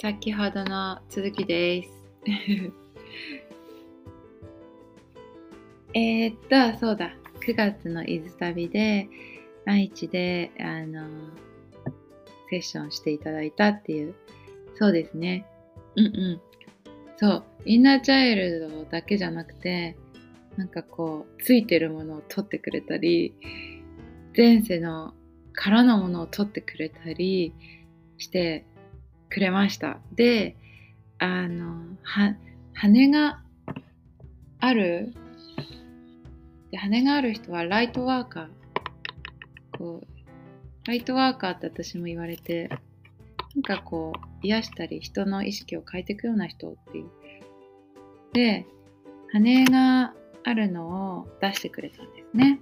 先ほどの続きです。そうだ。9月の伊豆旅で、愛知で、セッションしていただいたっていう。そうですね。そう。インナーチャイルドだけじゃなくて、なんかこう、ついてるものを取ってくれたり、前世の空のものを取ってくれたりしてくれました。で、羽がある。で、羽がある人はライトワーカー。ライトワーカーって私も言われて、なんかこう、癒したり人の意識を変えていくような人っていう。で、羽があるのを出してくれたんですね。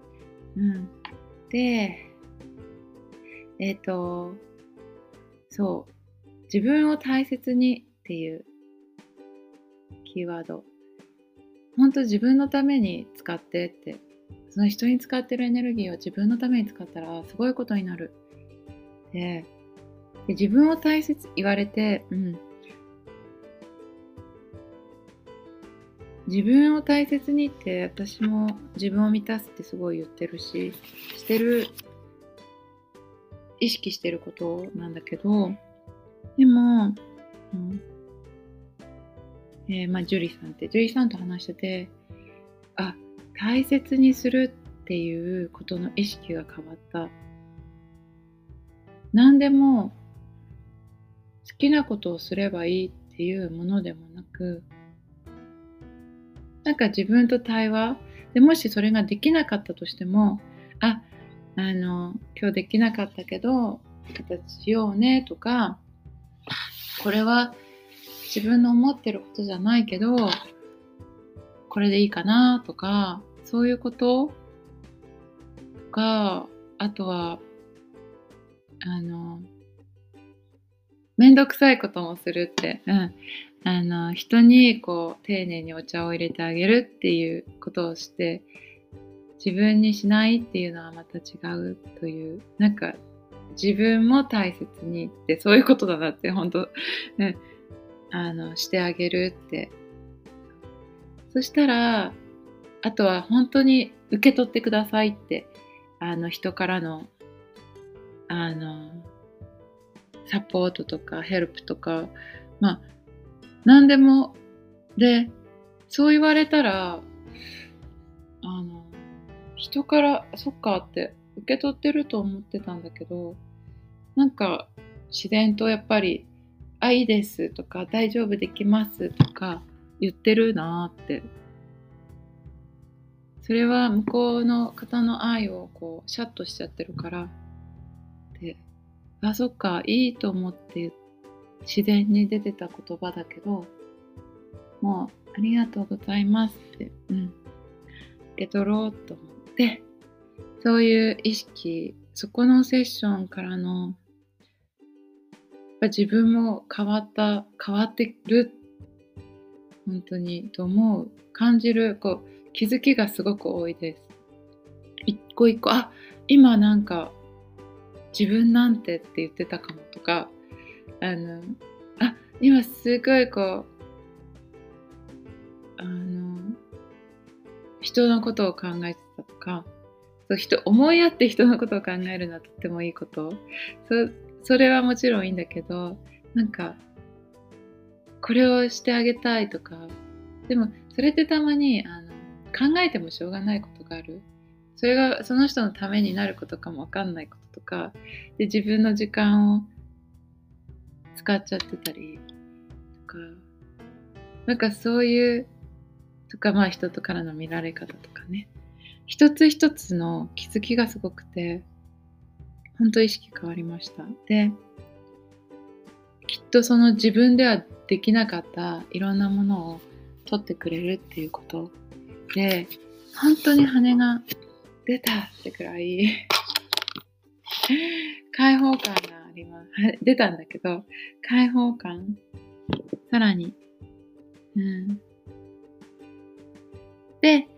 で、そう、自分を大切にっていうキーワード。本当自分のために使ってって、その人に使ってるエネルギーを自分のために使ったらすごいことになる。で自分を大切言われて、自分を大切にって私も自分を満たすってすごい言ってるし、意識してることなんだけど、でも、ジュリさんと話してて、大切にするっていうことの意識が変わった。何でも好きなことをすればいいっていうものでもなく、なんか自分と対話で、もしそれができなかったとしても、今日できなかったけど形しようねとか、これは自分の思ってることじゃないけどこれでいいかなとか、そういうこととか、あとはめんどくさいこともするって、人にこう丁寧にお茶を入れてあげるっていうことをして自分にしないっていうのはまた違うという、なんか自分も大切にってそういうことだなって本当、してあげるって。そしたらあとは本当に受け取ってくださいって、人からのサポートとかヘルプとか、何でもで、そう言われたら人からそっかって受け取ってると思ってたんだけど、なんか自然とやっぱりいいですとか大丈夫できますとか言ってるなって。それは向こうの方の愛をこうシャッとしちゃってるからで、そっかいいと思って自然に出てた言葉だけど、もうありがとうございますって、受け取ろうと思って、そういう意識、そこのセッションからの自分も変わってる、本当にと感じるこう気づきがすごく多いです。一個一個、今なんか自分なんてって言ってたかもとか、今すごいこう人のことを考えてたとか、思いやって人のことを考えるのはとってもいいこと。それはもちろんいいんだけど、なんかこれをしてあげたいとか、でもそれってたまに考えてもしょうがないことがある。それがその人のためになることかもわかんないこととかで、自分の時間を使っちゃってたりとか、なんかそういうとか、人とからの見られ方とかね、一つ一つの気づきがすごくて、本当意識変わりました。で、きっとその自分ではできなかったいろんなものを取ってくれるっていうことで、本当に羽が出たってくらい開放感があります。出たんだけど、開放感、さらに、で、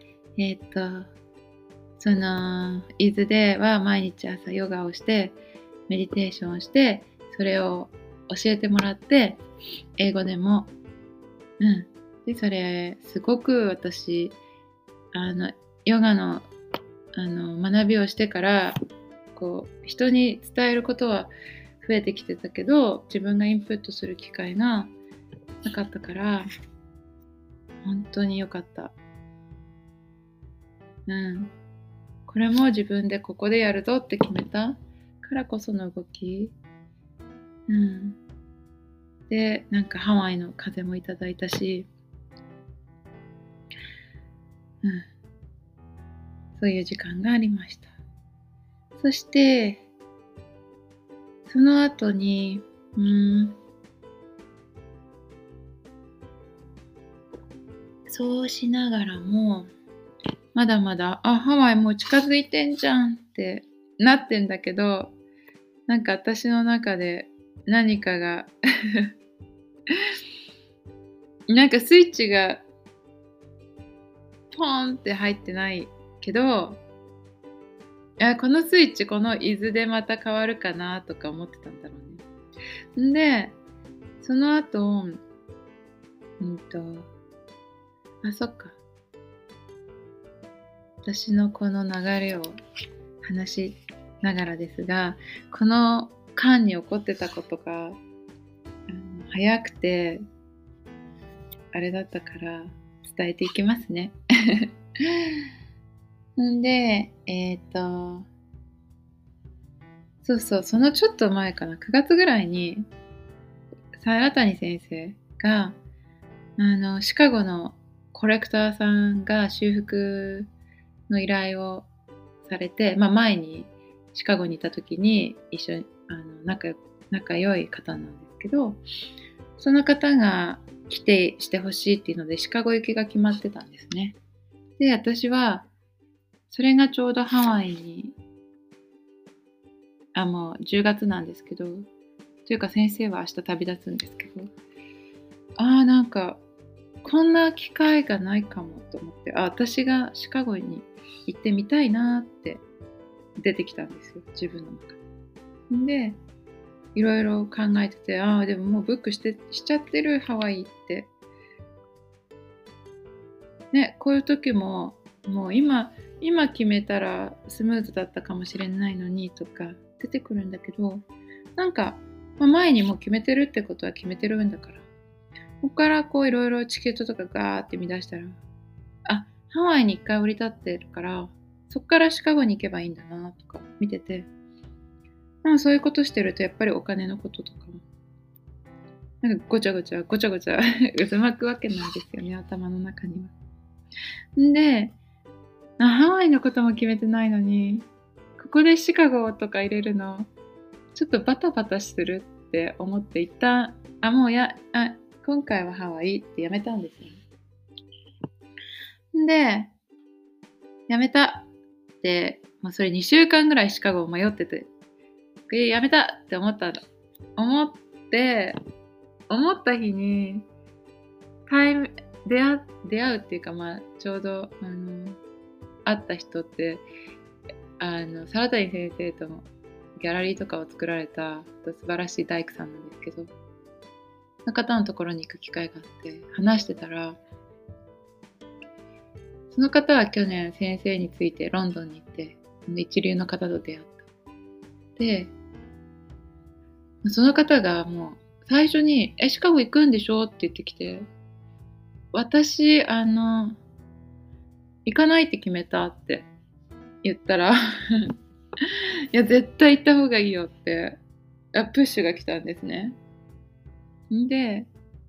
その伊豆では毎日朝ヨガをしてメディテーションをして、それを教えてもらって、英語でも。で、それ、すごく私、ヨガの、学びをしてから、人に伝えることは増えてきてたけど、自分がインプットする機会がなかったから、本当に良かった。これも自分でここでやるぞって決めたからこその動き。で、なんかハワイの風もいただいたし、そういう時間がありました。そして、その後に、そうしながらも、まだまだ、ハワイもう近づいてんじゃんってなってんだけど、なんか私の中で何かがなんかスイッチがポーンって入ってないけど、このスイッチこの伊豆でまた変わるかなとか思ってたんだろうね。んで、その後、そっか。私のこの流れを話しながらですが、この間に起こってたことが、早くて、あれだったから伝えていきますね。んで、そのちょっと前かな、9月ぐらいに、原谷先生が、シカゴのコレクターさんが修復の依頼をされて、前にシカゴにいた時に一緒に仲良い方なんですけど、その方が来てしてほしいっていうのでシカゴ行きが決まってたんですね。で、私はそれがちょうどハワイにもう10月なんですけど、というか先生は明日旅立つんですけど、なんかこんな機会がないかもと思って、私がシカゴに行ってみたいなって出てきたんですよ、自分の中で。いろいろ考えてて、でももうブックしちゃってる、ハワイって。ね、こういう時も、もう今決めたらスムーズだったかもしれないのにとか出てくるんだけど、なんか、前にもう決めてるってことは決めてるんだから、ここからいろいろチケットとかガーって見出したら、ハワイに一回降り立ってるから、そこからシカゴに行けばいいんだなとか見てて、そういうことしてるとやっぱりお金のこととかもなんかごちゃごちゃ渦巻くわけなんですよね、頭の中には。んで、ハワイのことも決めてないのに、ここでシカゴとか入れるのちょっとバタバタするって思って一旦今回はハワイってやめたんですよ。んで、やめたって、それ2週間ぐらいシカゴを迷ってて、やめたって思った日に出会うっていうか、ちょうど会った人って原谷先生とのギャラリーとかを作られた素晴らしい大工さんなんですけど、その方のところに行く機会があって話してたら、その方は去年先生についてロンドンに行って一流の方と出会った。で、その方がもう最初にシカゴ行くんでしょって言ってきて、私行かないって決めたって言ったらいや絶対行った方がいいよってプッシュが来たんですね。んで、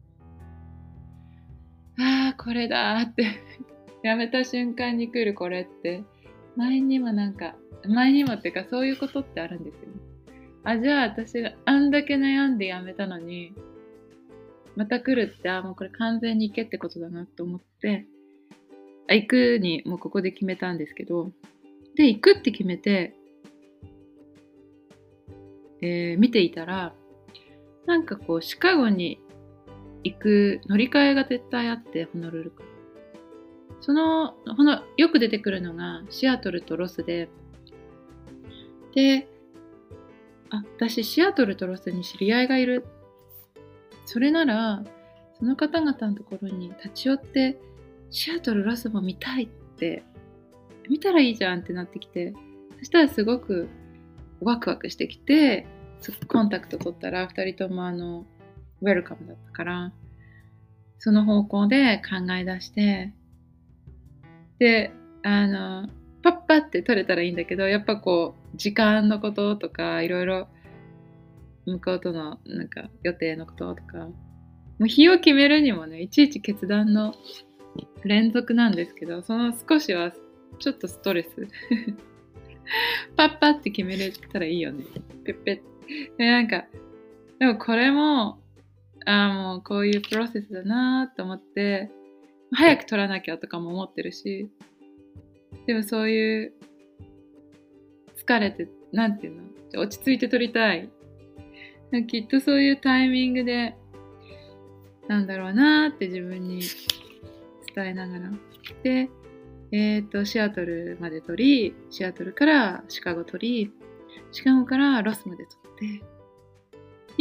これだってやめた瞬間に来るこれって、前にもっていうかそういうことってあるんですよね。じゃあ私があんだけ悩んでやめたのにまた来るって、もうこれ完全に行けってことだなと思って、行くにもうここで決めたんですけど、で行くって決めて、見ていたら、なんかシカゴに行く乗り換えが絶対あって、ホノルルから。よく出てくるのがシアトルとロスで、私シアトルとロスに知り合いがいるそれならその方々のところに立ち寄ってシアトルロスも見たいって見たらいいじゃんってなってきて、そしたらすごくワクワクしてきて、コンタクト取ったら2人ともウェルカムだったから、その方向で考え出して、でパッパって取れたらいいんだけど、やっぱこう時間のこととかいろいろ向こうとのなんか予定のこととか、もう日を決めるにもね、いちいち決断の連続なんですけど、その少しはちょっとストレスパッパって決めれたらいいよね。ペッペッで、なんかでもこれももうこういうプロセスだなと思って、早く取らなきゃとかも思ってるし、でもそういう疲れて、なんていうの、落ち着いて撮りたい。きっとそういうタイミングでなんだろうなって自分に伝えながら。で、シアトルまで撮り、シアトルからシカゴ撮り、シカゴからロスまで撮って、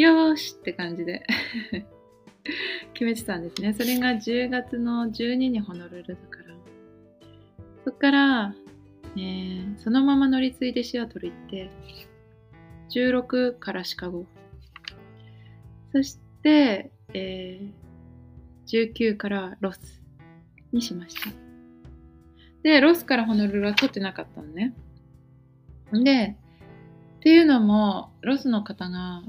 よーしって感じで決めてたんですね。それが10月の12にホノルルだから。そっから、そのまま乗り継いでシアトル行って、16からシカゴ。そして、19からロスにしました。で、ロスからホノルルは撮ってなかったのね。で、っていうのも、ロスの方が、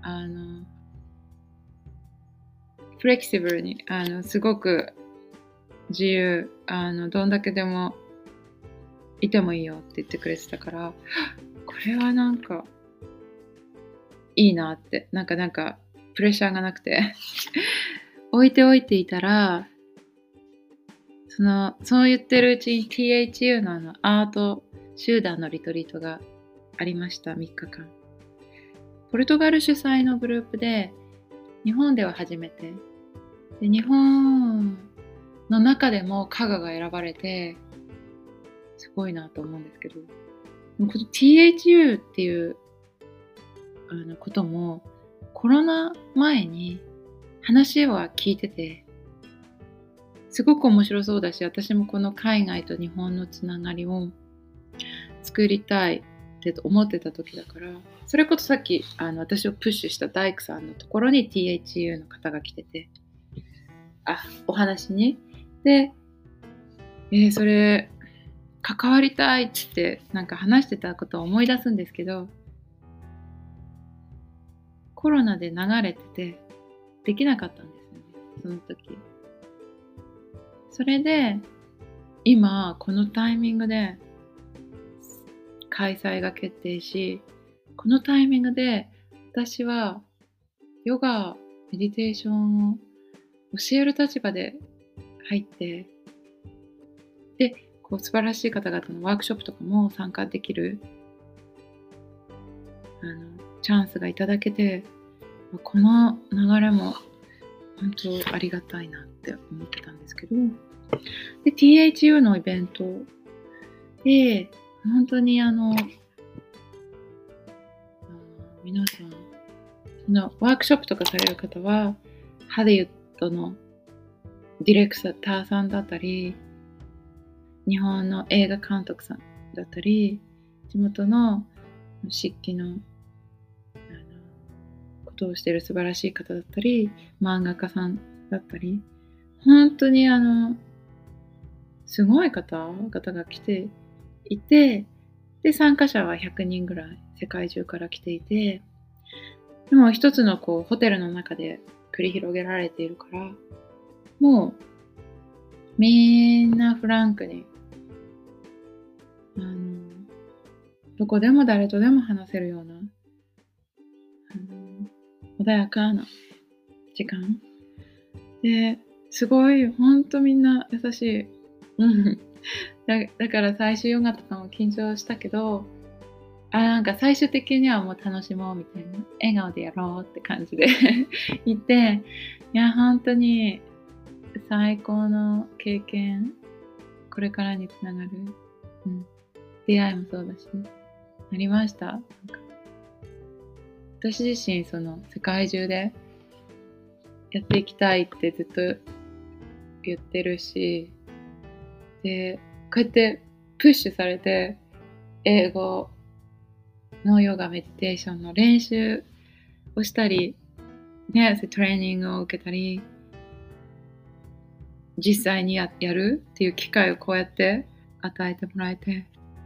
フレキシブルに、すごく自由、どんだけでもいてもいいよって言ってくれてたから、これはなんか、いいなって、なんか、プレッシャーがなくて置いておいていたら、そう言ってるうちに THU のアート集団のリトリートがありました。3日間。ポルトガル主催のグループで、日本では初めて。で、日本の中でも加賀が選ばれて、すごいなと思うんですけど、この THU っていうこともコロナ前に話は聞いてて、すごく面白そうだし、私もこの海外と日本のつながりを作りたいって思ってた時だから、それこそさっき私をプッシュした大工さんのところに THU の方が来てて、お話に。で、それ関わりたいってなんか話してたことを思い出すんですけど、コロナで流れててできなかったんですよね、その時。それで今このタイミングで開催が決定し、このタイミングで私はヨガ、メディテーションを教える立場で入って、で、こう素晴らしい方々のワークショップとかも参加できるチャンスがいただけて、この流れも本当ありがたいなって思ってたんですけど、で THU のイベントで本当に皆さんそのワークショップとかされる方はハリウッドのディレクターさんだったり、日本の映画監督さんだったり、地元の漆器のことをしている素晴らしい方だったり、漫画家さんだったり、本当にすごい方々が来ていて、で参加者は100人ぐらい世界中から来ていて、でも一つのこうホテルの中で繰り広げられているから、もうみんなフランクにどこでも誰とでも話せるような穏やかな時間ですごい本当みんな優しい。だから最終ヨガとかも緊張したけど、なんか最終的にはもう楽しもうみたいな、笑顔でやろうって感じで言って、いや本当に最高の経験、これからにつながる、出会いもそうだしありました。なんか私自身その世界中でやっていきたいってずっと言ってるし、でこうやってプッシュされて英語のヨガメディテーションの練習をしたりね、トレーニングを受けたり実際にやるっていう機会をこうやって与えてもらえて、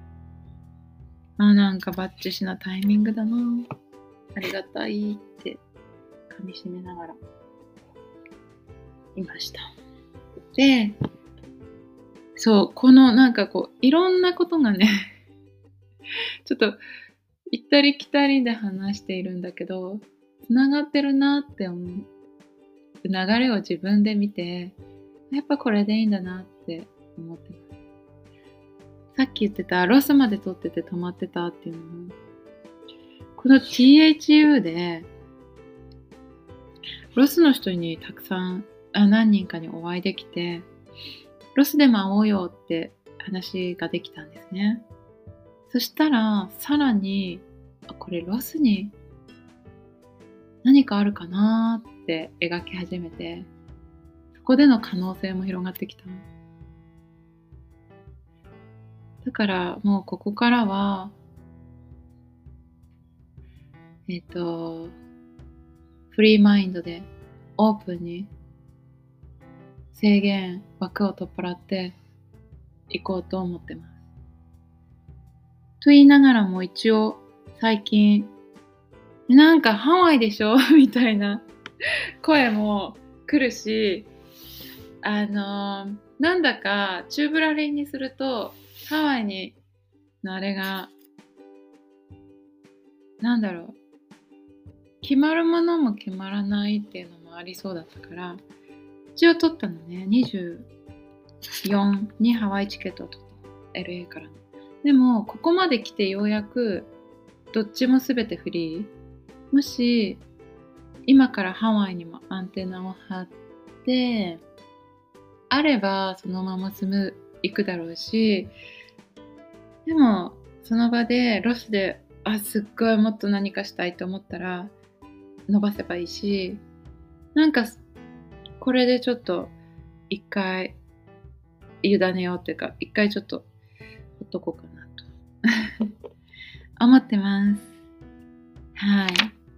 なんかバッチシなタイミングだな、ありがたいって噛み締めながらいました。で、そうこのなんかこういろんなことがねちょっと行ったり来たりで話しているんだけど、つながってるなって思う流れを自分で見て、やっぱこれでいいんだなって思ってます。さっき言ってたロスまで撮ってて止まってたっていうのも、この THU でロスの人にたくさん何人かにお会いできて、ロスでも会おうよって話ができたんですね。そしたらさらにこれロスに何かあるかなって描き始めて、そこでの可能性も広がってきた。だからもうここからはフリーマインドでオープンに制限枠を取っ払っていこうと思ってます。と言いながらも一応最近なんかハワイでしょみたいな声も来るし、なんだかチューブラリンにするとハワイにのあれがなんだろう、決まるものも決まらないっていうのもありそうだったから、一応取ったのね。24にハワイチケットを取った LA からの。でもここまで来てようやくどっちも全てフリー。もし今からハワイにもアンテナを張ってあればそのまま行くだろうし、でもその場でロスですっごいもっと何かしたいと思ったら伸ばせばいいし、なんかこれでちょっと一回委ねようっていうか、一回ちょっとほっとこうかなと思ってます。はい。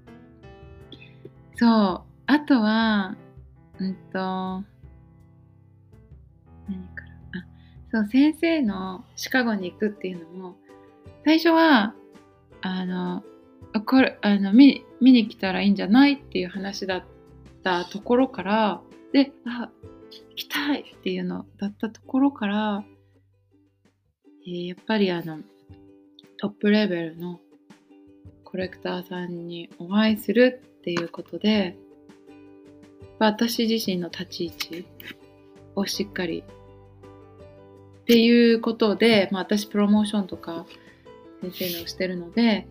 そう、あとは何からそう、先生のシカゴに行くっていうのも最初はこれ見に来たらいいんじゃないっていう話だったところから、で行きたいっていうのだったところから、やっぱりトップレベルのコレクターさんにお会いするっていうことで、私自身の立ち位置をしっかりっていうことで、私プロモーションとか先生のをしてるので、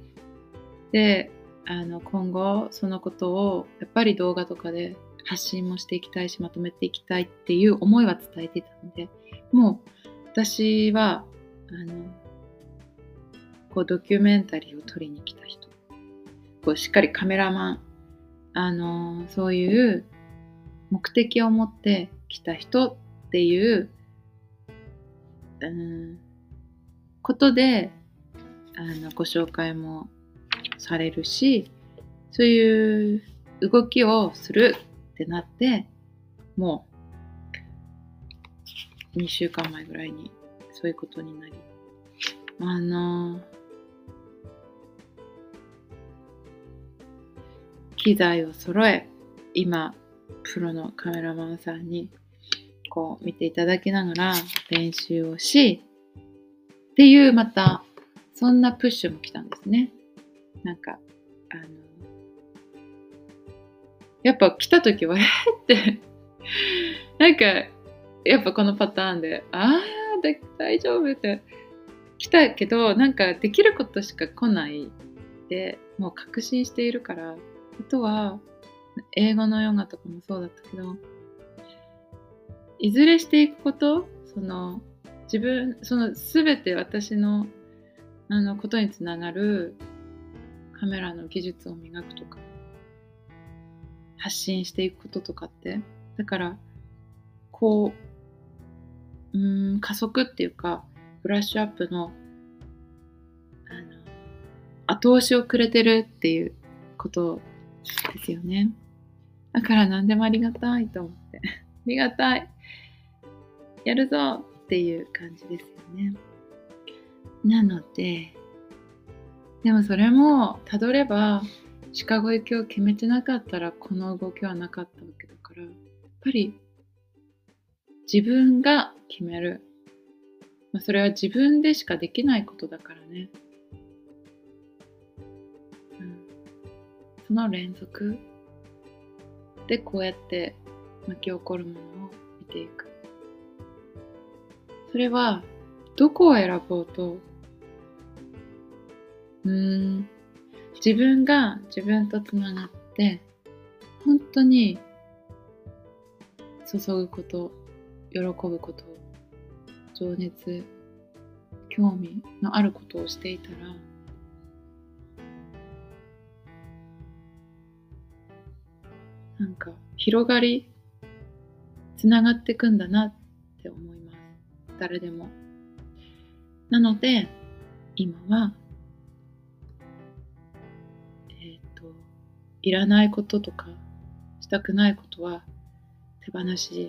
今後そのことをやっぱり動画とかで発信もしていきたいし、まとめていきたいっていう思いは伝えていたので、もう私はこうドキュメンタリーを撮りに来た人、こうしっかりカメラマン、そういう目的を持って来た人っていうことでご紹介もされるし、そういう動きをするってなって、もう2週間前ぐらいにそういうことになり、機材を揃え、今プロのカメラマンさんにこう見ていただきながら練習をしっていう、またそんなプッシュも来たんですね。なんかやっぱ来た時はってなんかやっぱこのパターンで大丈夫って来たけど、なんかできることしか来ないってもう確信しているから、あとは英語のヨガとかもそうだったけど、いずれしていくこと、全て私のことにつながるカメラの技術を磨くとか、 発信していくこととかって。だからこう加速っていうかブラッシュアップの後押しをくれてるっていうことですよね。だから何でもありがたいと思ってありがたい、やるぞっていう感じですよね。なので、でもそれもたどればシカゴ行きを決めてなかったらこの動きはなかったわけだから、やっぱり自分が決める、それは自分でしかできないことだからね。その連続でこうやって巻き起こるものを見ていく。それはどこを選ぼうと、自分が自分とつながって本当に注ぐこと、喜ぶこと、情熱、興味のあることをしていたら、なんか広がり、つながっていくんだなって思います。誰でも。なので今はいらないこととかしたくないことは手放し、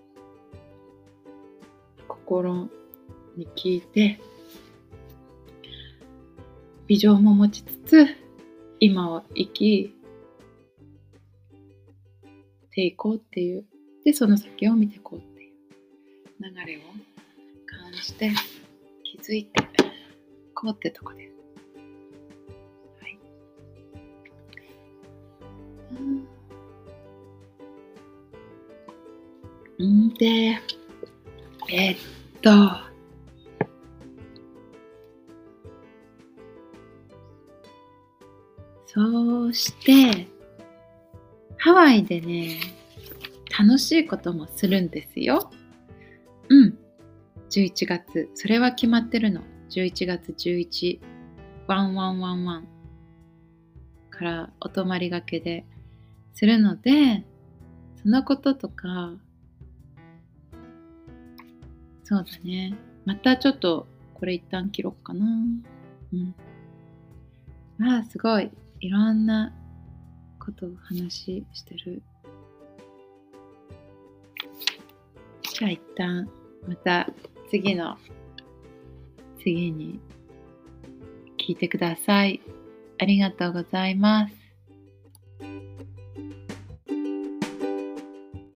心に聞いてビジョンも持ちつつ今を生きていこうっていう、でその先を見ていこうっていう流れを感じて気づいてこうってとこです。はい。で、そうしてハワイでね、楽しいこともするんですよ。11月、それは決まってるの。11月11、1111からお泊まりがけでするので、そのこととか、そうだね。またちょっとこれ一旦切ろうかな。すごいいろんなことを話してる。じゃあ一旦また次に聞いてください。ありがとうございます。